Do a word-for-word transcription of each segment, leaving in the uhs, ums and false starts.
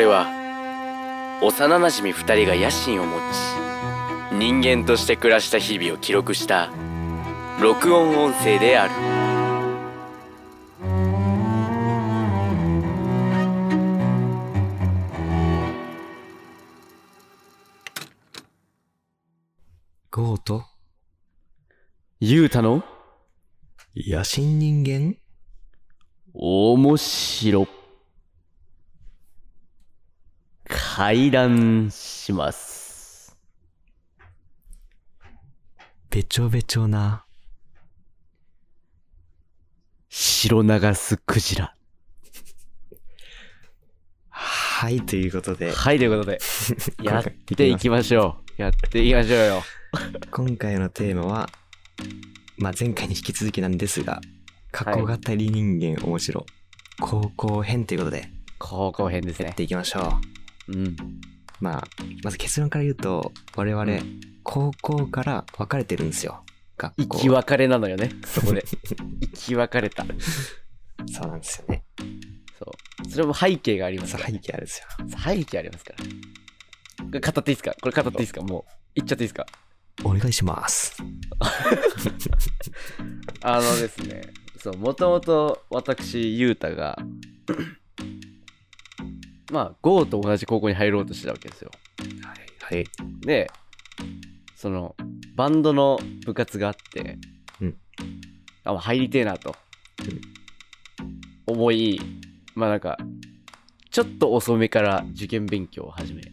れは幼なじみふたりが野心を持ち人間として暮らした日々を記録した録音音声である。 ゴーとゆうたの野心人間面白会談します。 べちょべちょな白流すクジラ。 はいということではいということでやっていきましょうやっていきましょうよ。 今回のテーマは、まあ、前回に引き続きなんですが、過去語り人間面白、はい、高校編ということで高校編ですね。 やっていきましょう。うん。まあまず結論から言うと、我々、うん、高校から分かれてるんですよ。 生き別れなのよね。そこで生き別れた。 そうなんですよね。 そう。それも背景がありますから、 ね。背景あるんですよ。 背景ありますから。これ語っていいですか？これ語っていいですか？もう言っちゃっていいですか？ お願いします。 あのですね、そう、もともと私ゆうたがまあ ゴー と同じ高校に入ろうとしてたわけですよ。 はいはい。 で、そのバンドの部活があって、うん、あ、入りてえなと思い、まあなんかちょっと遅めから受験勉強を始め、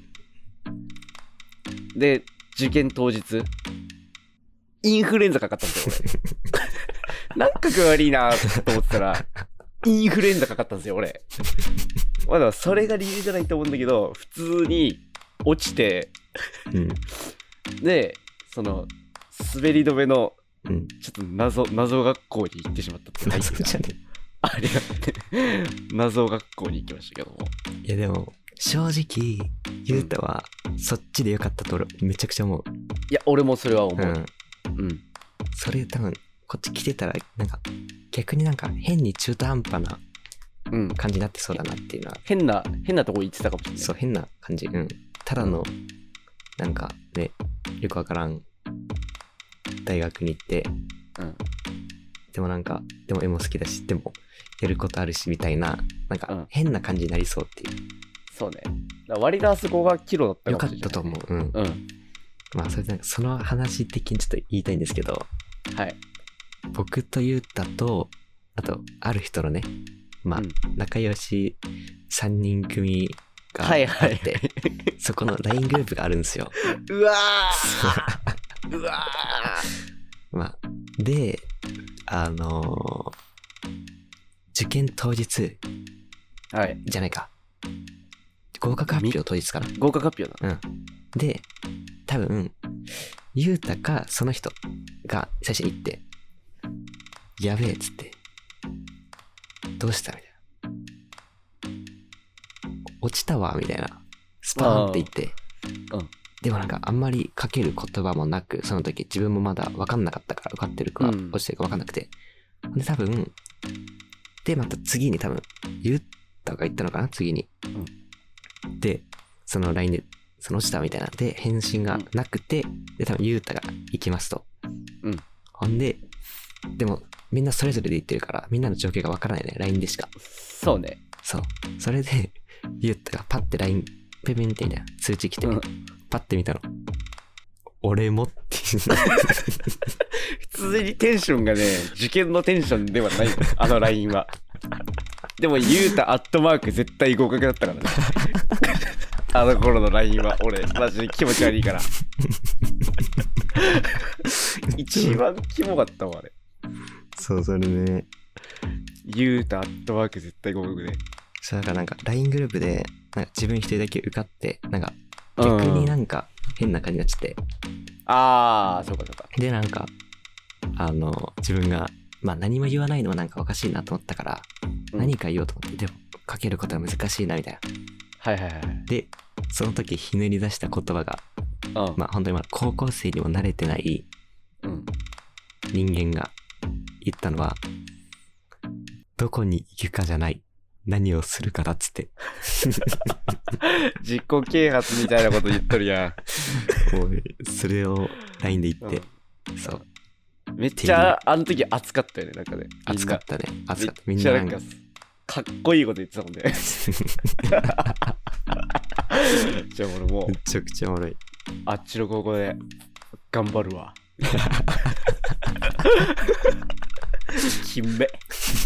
で受験当日インフルエンザかかったんですよ俺。なんか具悪いなと思ってたらインフルエンザかかったんですよ俺。まあでもそれが理由じゃないと思うんだけど、普通に落ちて、うん、でその滑り止めのちょっと謎謎学校に行ってしまったっていう謎じゃねあれが謎学校に行きましたけども。 いやでも正直ゆうたはそっちでよかったと俺めちゃくちゃ思う。 いや俺もそれは思う。うん、 うん、それ多分こっち来てたらなんか逆になんか変に中途半端な感じになってそうだなっていうのは、うん、 変な変なとこ行ってたかもしれない。 そう変な感じ。うん。ただのなんかねよくわからん大学に行って、うん、でもなんかでも絵も好きだしでもやることあるしみたいななんか変な感じになりそうっていう。うん、 そうね。割とあそこがキロだったかもしれない。よかったと思う。うん。うん、まあそれでなんかその話的にちょっと言いたいんですけど、 はい。 僕とゆうたとあとある人のね、まあ、うん、仲良しさんにん組があって、はいはい、そこの ライン グループがあるんですよ。 うわーうわーまあであのー、受験当日、 はい、 じゃないか合格発表当日かな。 合格発表だ。 うんで多分ゆうたかその人が最初に行ってやべえっつってどうしたみたいな、落ちたわみたいなスパーンって言って、うん、でもなんかあんまりかける言葉もなく、その時自分もまだ分かんなかったから受かってるか落ちてるか分かんなくて、うん、で多分でまた次に多分ゆうたが言ったのかな次に、うん、でその ライン でその落ちたみたいなで返信がなくて、うん、で多分ゆうたが行きますと、うん、ほんででもみんなそれぞれで言ってるからみんなの状況がわからないね ライン でしか。 そうね。 そうそれでゆうたがパッて ライン ペペンってみたいな通知来て、うん、パッて見たの俺もって普通にテンションがね受験のテンションではないあの ライン は。でもゆうたアットマーク絶対合格だったからねあの頃の ライン は俺マジで気持ち悪いから一番キモかったわあれ。 そうそれねゆうたアットマーク絶対合格で、 そうだからなんか ライン グループでなんか自分一人だけ受かってなんか逆になんか変な感じになっちゃって、うん、 ああそうかそうか。 でなんかあの自分がまあ何も言わないのもなんかおかしいなと思ったから、うん、何か言おうと思ってでもかけることは難しいなみたいな。 はいはいはい。 でその時ひねり出した言葉が、うん、まあ本当にまだ高校生にも慣れてない人間が言ったのは、どこに行くかじゃない何をするかだっつって。 自己啓発みたいなこと言っとるやん。もう、それを ライン で言って、うん、そう。 めっちゃ、あの時熱かったよね、なんかね。 熱かったね。熱かった。 みんななんか、かっこいいこと言ってたもんね。じゃあ俺もう、 めちゃくちゃおもろい。 あっちの高校で頑張るわ。金目。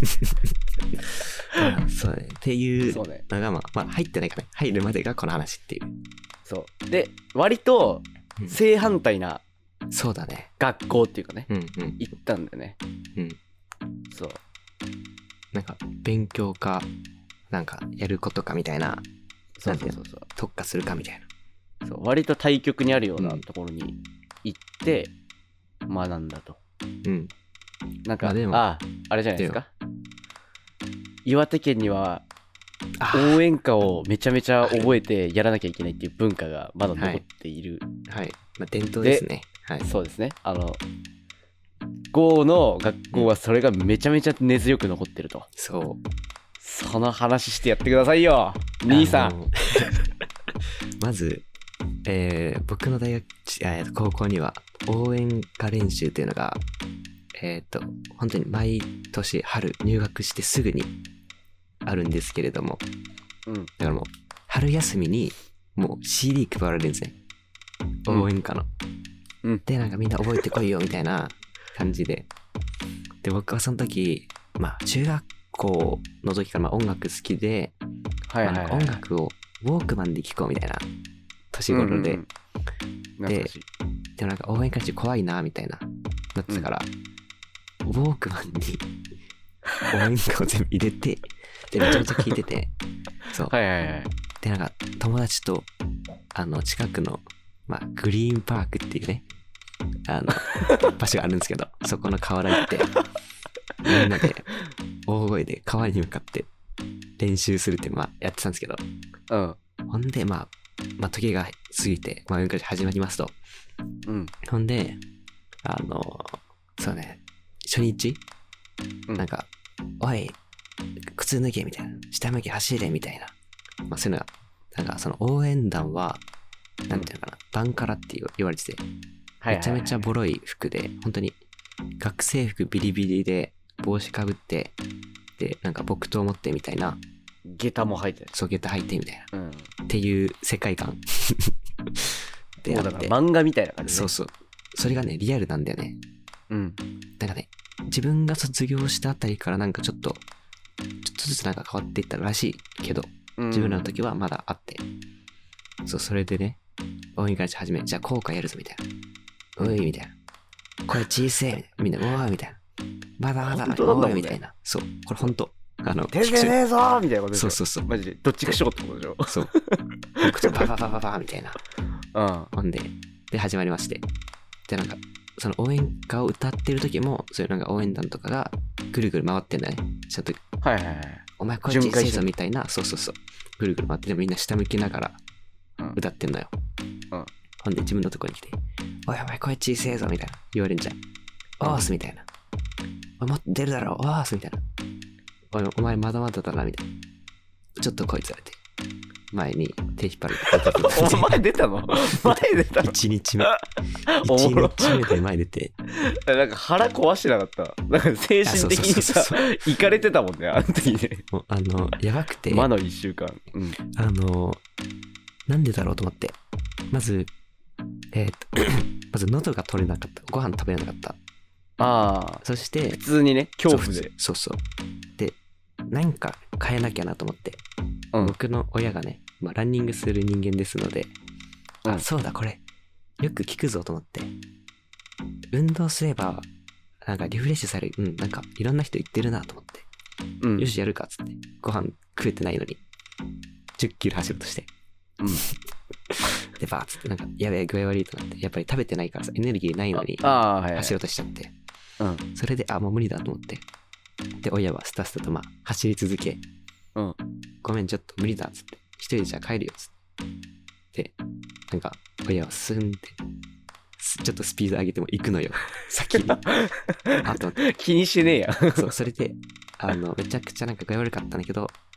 そうね。っていうのが、まあ、まあ、入ってないからね。入るまでがこの話っていう。 そう。で、割と正反対な、 うん、そうだね。 学校っていうかね、 うんうん、 行ったんだよね。 うん。 そう。 なんか、勉強か、なんか、やることかみたいな、 そうそうそうそう。 特化するかみたいな。そう。割と対極にあるようなところに行って学んだと。 うん。 なんか、まあ、でもああ、あれじゃないですか。岩手県には応援歌をめちゃめちゃ覚えてやらなきゃいけないっていう文化がまだ残っている。 はい。はい、まあ、伝統ですね。はい。 そうですね。あの、ゴーの学校はそれがめちゃめちゃ根強く残ってると。うん、 そう。 その話してやってくださいよ、兄さん。 まず、えー、僕の大学、えー、高校には応援歌練習というのが、えっと、本当に毎年春入学してすぐにあるんですけれども、 うん、だからもう春休みにもう シーディー 配られるんですね。応援歌の。 うん、 で、なんかみんな覚えてこいよみたいな感じで。で、僕はその時、まあ中学校の時からまあ音楽好きで、 はいはいはい、 まあ、音楽をウォークマンで聴こうみたいな年頃で、 うんうん、で、 でもなんか応援歌中怖いなみたいななってたから、うん、ウォークマンに応援歌を全部入れて、でめちゃめちゃ聴いてて、そう。 はいはいはい。 でなんか友達とあの近くのまあグリーンパークっていうねあの場所があるんですけど、そこの河原行ってみんなで大声で川に向かって練習するってまあやってたんですけど、 うん。 ほんでまあまあ時が過ぎてまあ運動会始まりますと、 うん。 ほんであのそうね初日、うん、なんかおい靴脱げみたいな、下向き走れみたいな、まあそういうのがなんかその応援団はなんていうのかな、バンカラって言われてて、めちゃめちゃボロい服で、本当に学生服ビリビリで帽子かぶってでなんか木刀持ってみたいな、 下駄も履いてる、 そう下駄履いてみたいな、 うん、 っていう世界観であって、もうだから漫画みたいな感じ、ね、 そうそう、それがねリアルなんだよね。 うん。 なんかね自分が卒業したあたりからなんかちょっとちょっとずつなんか変わっていったらしいけど、うん、自分らの時はまだあって、そうそれでね応援会し始め、じゃあ効果やるぞみたいな、おいみたいな、これ小せえみたいな、おーみたいな、まだまだおいみたいな、そうこれほんとあの手でねえぞーみたいなことでしょ。 そうそうそう、 マジでどっちくしょうってことでしょ。 そう口バババババみたいな、 うん、 ほんでで始まりまして、でなんかその応援歌を歌ってる時もそういうなんか応援団とかがぐるぐる回ってんだね、ちゃんと、 はいはいはい、 お前これ小せえぞみたいな、そうそうそうぐるぐる回って、でもみんな下向きながら歌ってんのよ、 うん、 ほんで自分のとこに来て、おいお前声小せえぞみたいな言われんじゃん、オースみたいな、お前もっと出るだろオースみたいな、おいお前まだまだだなみたいな、ちょっと声つられて前に手引っ張るお前出たの前出たのいちにちめいちにちめで前出てなんか腹壊してなかった、なんか精神的にさいかれてたもんね、あの時ね。 もうあのやばくて魔のいっしゅうかん、うん、 あのなんでだろうと思って、まずえー、っとまず喉が取れなかった、ご飯食べれなかった、 ああ、 そして普通にね恐怖で、 そうそうで何か変えなきゃなと思って、うん、僕の親がね、まあ、ランニングする人間ですので、うん、あそうだこれよく聞くぞと思って、運動すればなんかリフレッシュされる、うんなんかいろんな人言ってるなと思って、うん、よしやるかっつってご飯食えてないのにじゅっキロ走ろうとして、うん、でバーッつってなんかやべえ具合悪いとなって、やっぱり食べてないからさエネルギーないのに走ろうとしちゃって、うん、それであもう無理だと思って、で親はスタスタとまあ走り続け、うん、ごめんちょっと無理だっつって一人でじゃあ帰るよっつってでなんか親はスンってちょっとスピード上げても行くのよ先にあと気にしねえやそうそれであのめちゃくちゃなんか具合悪かったんだけど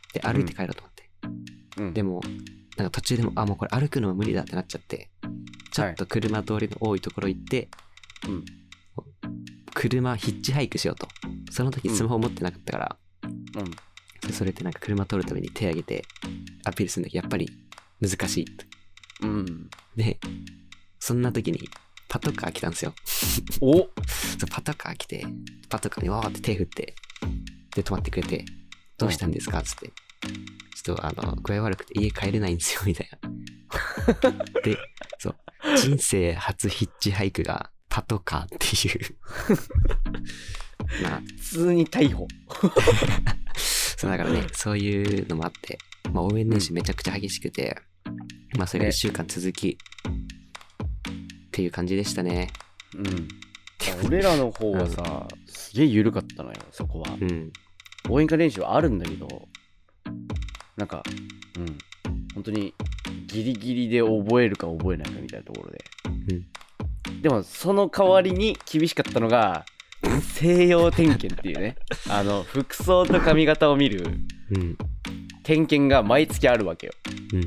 で歩いて帰ろうと思って、うん、でもなんか途中でもあもうこれ歩くのも無理だってなっちゃって、ちょっと車通りの多いところ行って、はい、うん、車ヒッチハイクしようと。その時スマホ持ってなかったから、うん、それってなんか車通るために手挙げてアピールするんだけどやっぱり難しい、うん、でそんな時にパトカー来たんですよ。おそうパトカー来てパトカーにわーって手振ってで止まってくれて、どうしたんですかっつって、ちょっとあの具合悪くて家帰れないんですよみたいなでそう人生初ヒッチハイクがパトカーっていうまあ普通に逮捕そうだからね、そういうのもあって、まあ、応援練習めちゃくちゃ激しくて、まあそれがいっしゅうかん続き、ね、っていう感じでしたね。 うん。俺らの方はさ、うん、すげえ緩かったのよそこは、うん、応援歌練習はあるんだけど、なんかうん本当にギリギリで覚えるか覚えないかみたいなところで、うん、でもその代わりに厳しかったのが西洋点検っていうねあの服装と髪型を見る点検が毎月あるわけよ、うん、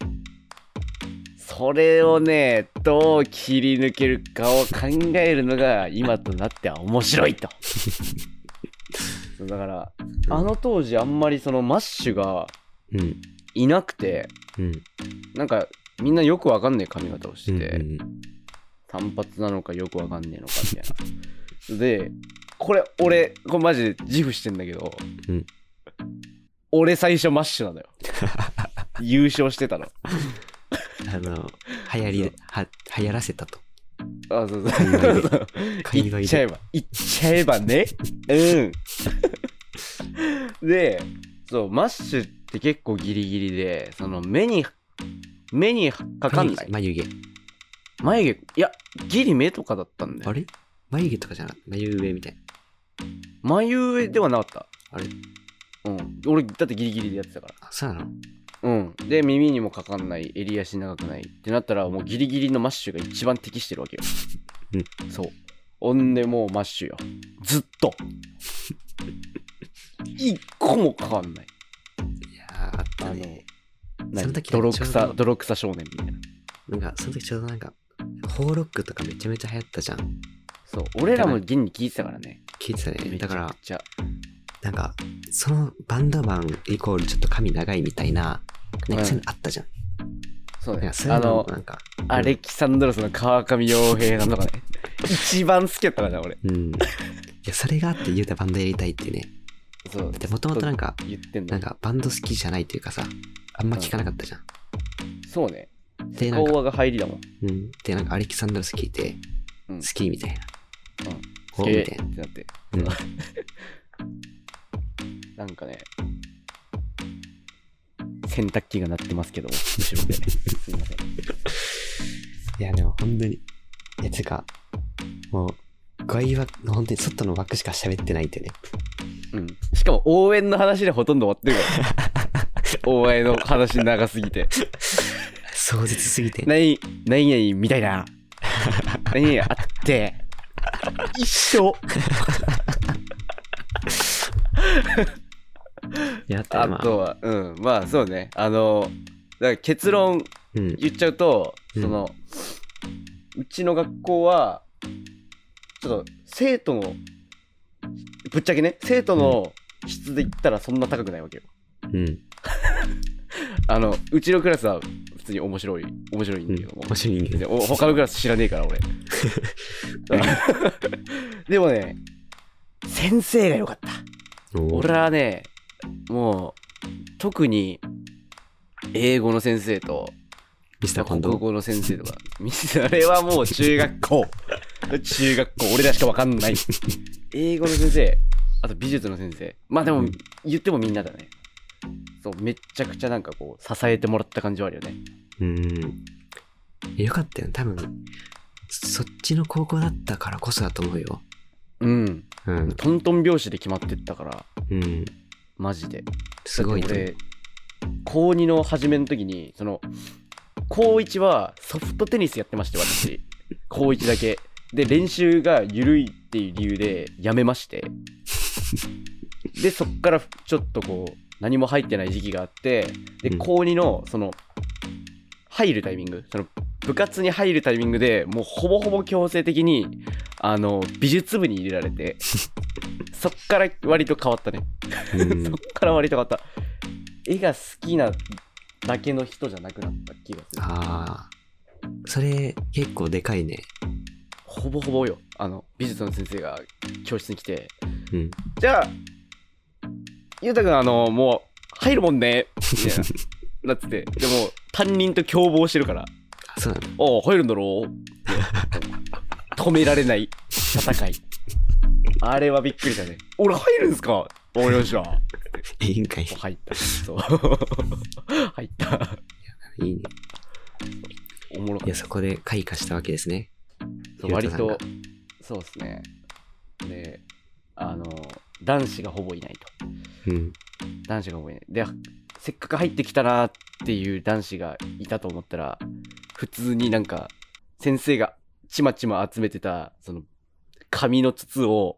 それをねどう切り抜けるかを考えるのが今となっては面白いとだから、うん、あの当時あんまりそのマッシュがいなくて、うん、なんかみんなよくわかんねえ髪型をしてて、うんうん、単発なのかよくわかんねえのかみたいなでこれ俺これマジで自負してんだけど、うん、俺最初マッシュなのよ優勝してたのあの流行りは流行らせたと。 あそうそう言っちゃえば言っちゃえばねうんでそうマッシュって結構ギリギリでその目に目にかかんない眉毛眉毛いやギリ目とかだったんだよ。 あれ眉毛とかじゃなかった眉上みたいな。 眉上ではなかった。 あれうん俺だってギリギリでやってたから。 あそうなの。 うんで耳にもかかんない襟足長くないってなったらもうギリギリのマッシュが一番適してるわけよ、うん、そうほんでもうマッシュよずっと一個もかかんない。 いやーあったね。 その時泥草泥草少年みたいな。 なんかその時ちょうどなんかホーロックとかめちゃめちゃ流行ったじゃん。 そう俺らも現に聞いてたからね。 聞いてたね。だからなんかそのバンドマンイコールちょっと髪長いみたいななんかそういうのあったじゃん、うん、 そうね。あのなんかアレキサンドロスの川上洋平さんとかね一番好きやったからな俺。うん。いやそれがあって言うたバンドやりたいっていうね。そうでもともとなんか言ってんのなんかバンド好きじゃないというかさあんま聞かなかったじゃん、 うん、そうね。でなんかが入りだもん、 うん、でなんかアレキサンドロス聞いて、うん、好きみたいな、 うん、好きみたいなってなって、うん、なんかね洗濯機が鳴ってますけども後ろですいません。 いやでも本当にいやつかもう外枠本当に外の枠しか喋ってないってね。 うん。しかも応援の話でほとんど終わってるから応援の話長すぎて壮絶すぎて何何々みたいな何々あって一緒やったあとはうんまあそうねあのだから結論言っちゃうと、うん、その、うん、うちの学校はちょっと生徒のぶっちゃけね生徒の質で言ったらそんな高くないわけよ。うんあのうちのクラスは普通に面白い面白いんだけども、うん、面白いんだけど他のクラス知らねえから俺でもね先生が良かった。俺はねもう特に英語の先生とミスターコンド国語の先生とかあれはもう中学校中学校俺らしか分かんない英語の先生あと美術の先生まあでも、うん、言ってもみんなだね。そうめっちゃくちゃなんかこう支えてもらった感じはあるよね。 うーんよかったよ多分そっちの高校だったからこそだと思うよ。うん、うん、 トントン拍子で決まってったからうんマジですごい。俺高にの初めの時にその高いちはソフトテニスやってまして私高いちだけで練習が緩いっていう理由でやめましてでそっからちょっとこう何も入ってない時期があって、で、 うん高にのその入るタイミング、その部活に入るタイミングでもうほぼほぼ強制的にあの美術部に入れられてそっから割と変わったね、 うん、 そっから割と変わった。絵が好きなだけの人じゃなくなった気がする。 ああ、それ結構でかいね。 ほぼほぼよ。あの美術の先生が教室に来て、 うん、 じゃあゆうたくんあのもう入るもんねみたいななってて、でも担任と共謀してるから、 あ、そうなんだ。 ああ入るんだろう止められない戦い。あれはびっくりだね。俺入るんすか、わかりました。 委員会。 入った。そう入った。 いいね。 おもろかった。 いや、そこで開花したわけですね。 そう割とそうですね。で、あの男子がほぼいないと。 うん。 男子がほぼいない。で、せっかく入ってきたなっていう男子がいたと思ったら、普通になんか先生がちまちま集めてたその紙の筒を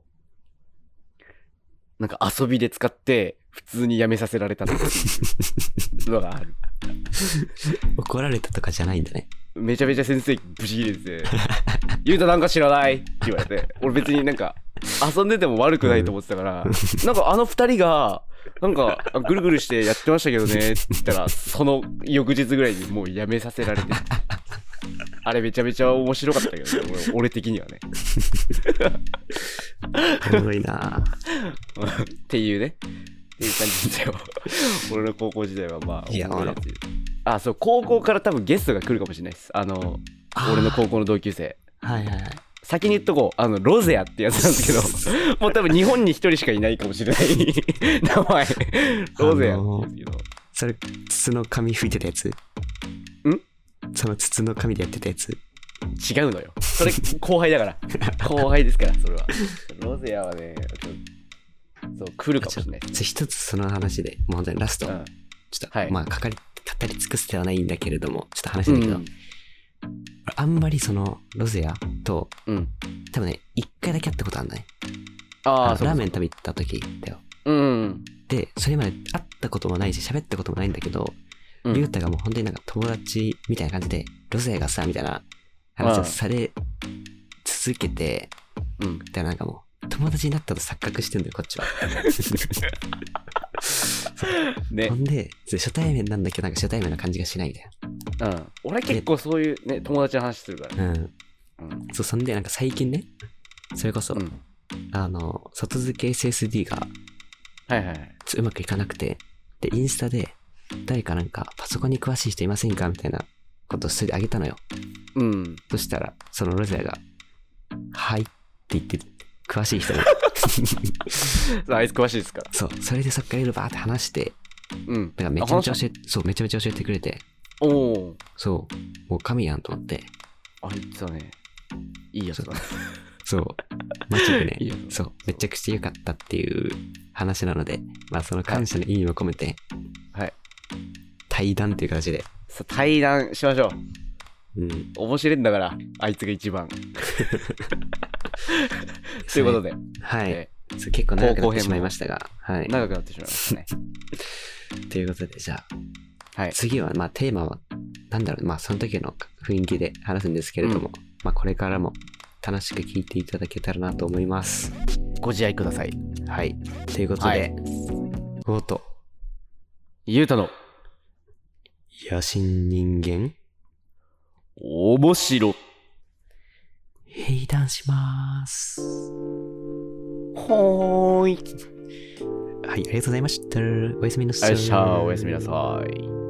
なんか遊びで使って普通にやめさせられたっていうのがある。 怒られたとかじゃないんだね。 めちゃめちゃ先生ブチ切れててゆうたなんか知らないって言われて、俺別になんか遊んでても悪くないと思ってたから、うん、なんかあの二人がなんかぐるぐるしてやってましたけどねって言ったら、その翌日ぐらいにもうやめさせられてあれめちゃめちゃ面白かったけどね、俺, 俺的にはねおもろいなっていうねっていう感じだよ俺の高校時代はまあいやおもろいやつ。あ、そう、高校から多分ゲストが来るかもしれないです。あの俺の高校の同級生。 はいはいはい。 先に言っとこう、あのロゼアってやつなんですけどもう多分日本に一人しかいないかもしれない名前ロゼアって言うんですけど、あのー、 それ筒の紙吹いてたやつ？ん？その筒の紙でやってたやつ？ 違うのよ、それ後輩だから後輩ですから。それはロゼアはね、そう来るかもしれないです。 一つその話でもう本当にラスト、うん、ちょっと、はい、まあかかり語り尽くすではないんだけれども、ちょっと話だけど、うん、あんまりそのロゼアと、うん、多分ね一回だけ会ったことあるんだね。ああ、ラーメン食べ行った時だよ。うん。でそれまで会ったこともないし喋ったこともないんだけど、うん、リュウタがもう本当になんか友達みたいな感じでロゼアがさみたいな話をされ続けて、うん、でなんかもう友達になったと錯覚してんだよこっちはね、ほんで初対面なんだけどなんか初対面な感じがしないみたいな。うん、俺結構そういうね友達の話するから、うん、うん、そうそんでなんか最近ねそれこそ、うん、あの外付け エスエスディー がはいはい、うまくいかなくて、でインスタで誰かなんかパソコンに詳しい人いませんかみたいなことをそれであげたのよ。うん。そしたらそのロゼアがはいって言って詳しい人があいつ詳しいですから。 そう、それでそっからいろいろバーって話して、うん。だからめちゃめちゃ教えそうめちゃめちゃ教えてくれて、おお、そうもう神やんと思って。 あいつはねいいやつだね。 そうマジでねいいそうめちゃくちゃ良かったっていう話なので、まあその感謝の意味も込めて、はい、対談っていう形でそう対談しましょう。うん、面白いんだからあいつが一番ということで、 はい、えー、そう結構長くなってしまいましたが、はい、 長くなってしまいましたねということでじゃあ、はい、次はまあテーマはなんだろう、まあその時の雰囲気で話すんですけれども、うん、まあこれからも楽しく聞いていただけたらなと思います。 ご自愛ください。 はい。ということで、はい、おーと、 ゆうたの野心人間面白閉壇しまーす。 ほーい。 はい、ありがとうございました。おやすみなさい。 おやすみなさい。